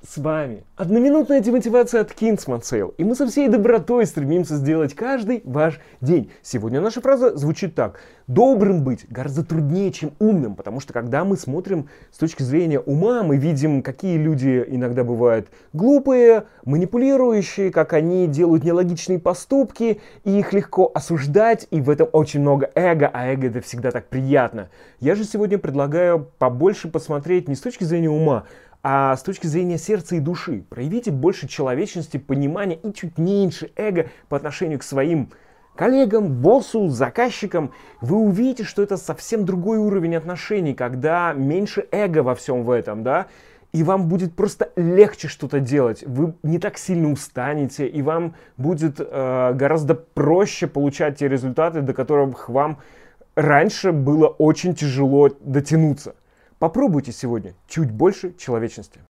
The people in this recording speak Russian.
С вами одноминутная демотивация от Kingsman Sale, и мы со всей добротой стремимся сделать каждый ваш день. Сегодня наша фраза звучит так: добрым быть гораздо труднее, чем умным, потому что когда мы смотрим с точки зрения ума, мы видим, какие люди иногда бывают глупые, манипулирующие, как они делают нелогичные поступки, и их легко осуждать, и в этом очень много эго, а эго — это всегда так приятно. Я же сегодня предлагаю побольше посмотреть не с точки зрения ума, а с точки зрения сердца и души. Проявите больше человечности, понимания и чуть меньше эго по отношению к своим коллегам, боссу, заказчикам. Вы увидите, что это совсем другой уровень отношений, когда меньше эго во всем в этом, да, и вам будет просто легче что-то делать. Вы не так сильно устанете, и вам будет гораздо проще получать те результаты, до которых вам раньше было очень тяжело дотянуться. Попробуйте сегодня чуть больше человечности.